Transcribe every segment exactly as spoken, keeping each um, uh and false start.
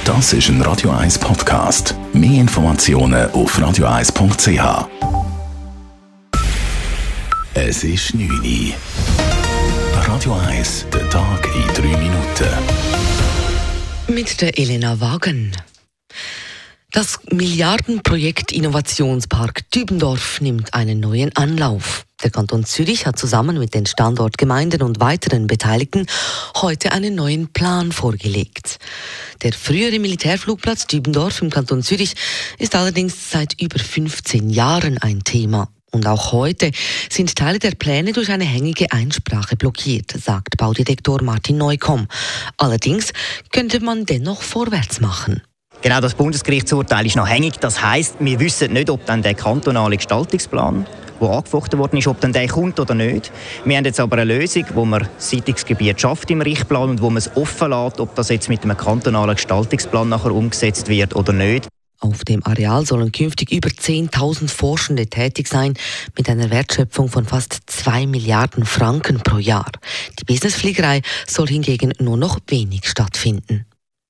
Das ist ein Radio eins Podcast. Mehr Informationen auf radio eins punkt c h. Es ist neun Uhr. Radio eins, der Tag in drei Minuten. Mit der Elena Wagen. Das Milliardenprojekt Innovationspark Dübendorf nimmt einen neuen Anlauf. Der Kanton Zürich hat zusammen mit den Standortgemeinden und weiteren Beteiligten heute einen neuen Plan vorgelegt. Der frühere Militärflugplatz Dübendorf im Kanton Zürich ist allerdings seit über fünfzehn Jahren ein Thema. Und auch heute sind Teile der Pläne durch eine hängige Einsprache blockiert, sagt Baudirektor Martin Neukomm. Allerdings könnte man dennoch vorwärts machen. Genau, das Bundesgerichtsurteil ist noch hängig. Das heisst, wir wissen nicht, ob dann der kantonale Gestaltungsplan, der angefochten worden ist, ob dann der kommt oder nicht. Wir haben jetzt aber eine Lösung, wo man Siedlungsgebiet schafft im Richtplan und wo man es offen lässt, ob das jetzt mit einem kantonalen Gestaltungsplan nachher umgesetzt wird oder nicht. Auf dem Areal sollen künftig über zehntausend Forschende tätig sein, mit einer Wertschöpfung von fast zwei Milliarden Franken pro Jahr. Die Businessfliegerei soll hingegen nur noch wenig stattfinden.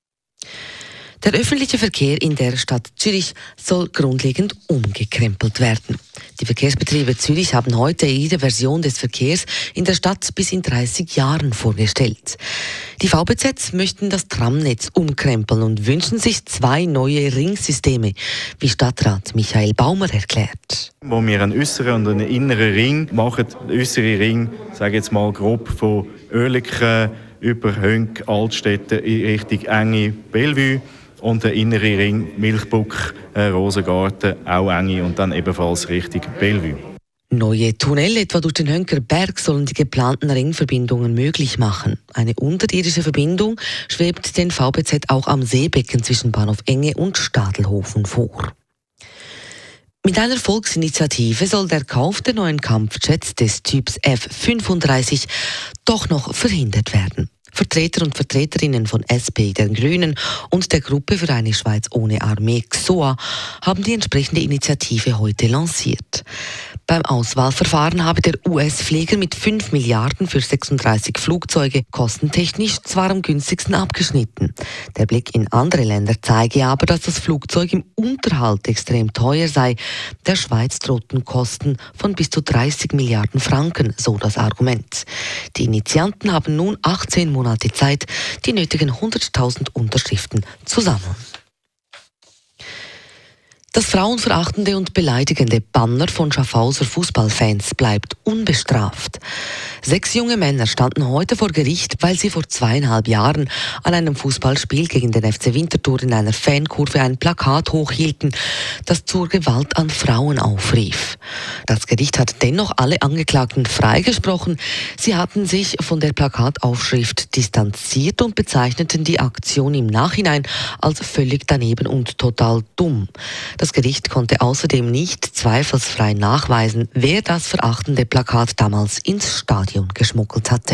Der öffentliche Verkehr in der Stadt Zürich soll grundlegend umgekrempelt werden. Die Verkehrsbetriebe Zürich haben heute ihre Version des Verkehrs in der Stadt bis in dreißig Jahren vorgestellt. Die V B Z möchten das Tramnetz umkrempeln und wünschen sich zwei neue Ringsysteme, wie Stadtrat Michael Baumer erklärt. Wo wir einen äußeren und einen inneren Ring machen. Der äußere Ring, sage jetzt mal grob, von Oerlikon über Hönk, Altstädte in Richtung Enge, Bellevue. Und der innere Ring, Milchbuck, äh, Rosengarten, auch enge und dann ebenfalls Richtung Bellevue. Neue Tunnel etwa durch den Hönker Berg sollen die geplanten Ringverbindungen möglich machen. Eine unterirdische Verbindung schwebt den V B Z auch am Seebecken zwischen Bahnhof Enge und Stadelhofen vor. Mit einer Volksinitiative soll der Kauf der neuen Kampfjets des Typs F fünfunddreißig doch noch verhindert werden. Vertreter und Vertreterinnen von S P, den Grünen und der Gruppe für eine Schweiz ohne Armee X O A haben die entsprechende Initiative heute lanciert. Beim Auswahlverfahren habe der U S-Flieger mit fünf Milliarden für sechsunddreißig Flugzeuge kostentechnisch zwar am günstigsten abgeschnitten. Der Blick in andere Länder zeige aber, dass das Flugzeug im Unterhalt extrem teuer sei. Der Schweiz drohten Kosten von bis zu dreißig Milliarden Franken, so das Argument. Die Initianten haben nun achtzehn Monate Zeit, die nötigen hunderttausend Unterschriften zu sammeln. Das frauenverachtende und beleidigende Banner von Schaffhauser Fußballfans bleibt unbestraft. Sechs junge Männer standen heute vor Gericht, weil sie vor zweieinhalb Jahren an einem Fußballspiel gegen den F C Winterthur in einer Fankurve ein Plakat hochhielten, das zur Gewalt an Frauen aufrief. Das Gericht hat dennoch alle Angeklagten freigesprochen. Sie hatten sich von der Plakataufschrift distanziert und bezeichneten die Aktion im Nachhinein als völlig daneben und total dumm. Das Gericht konnte außerdem nicht zweifelsfrei nachweisen, wer das verachtende Plakat damals ins Stadion geschmuggelt hatte.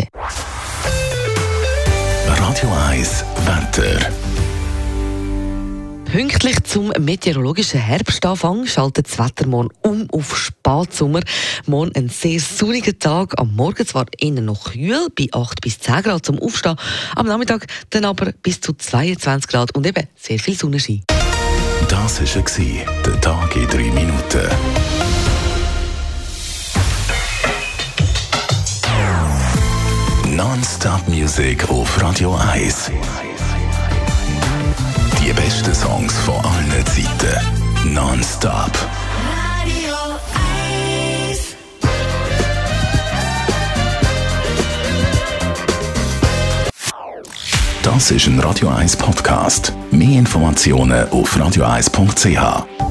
Radio eins Wetter. Pünktlich zum meteorologischen Herbstanfang schaltet das Wetter morgen um auf Spätsommer. Morgen ein sehr sonniger Tag. Am Morgen zwar innen noch kühl, bei acht bis zehn Grad zum Aufstehen. Am Nachmittag dann aber bis zu zweiundzwanzig Grad und eben sehr viel Sonnenschein. Das war der Tag in drei Minuten. Non-Stop-Musik auf Radio eins. Die besten Songs von allen Zeiten. Non-Stop. Radio eins. Das ist ein Radio eins Podcast. Mehr Informationen auf radio eins punkt c h.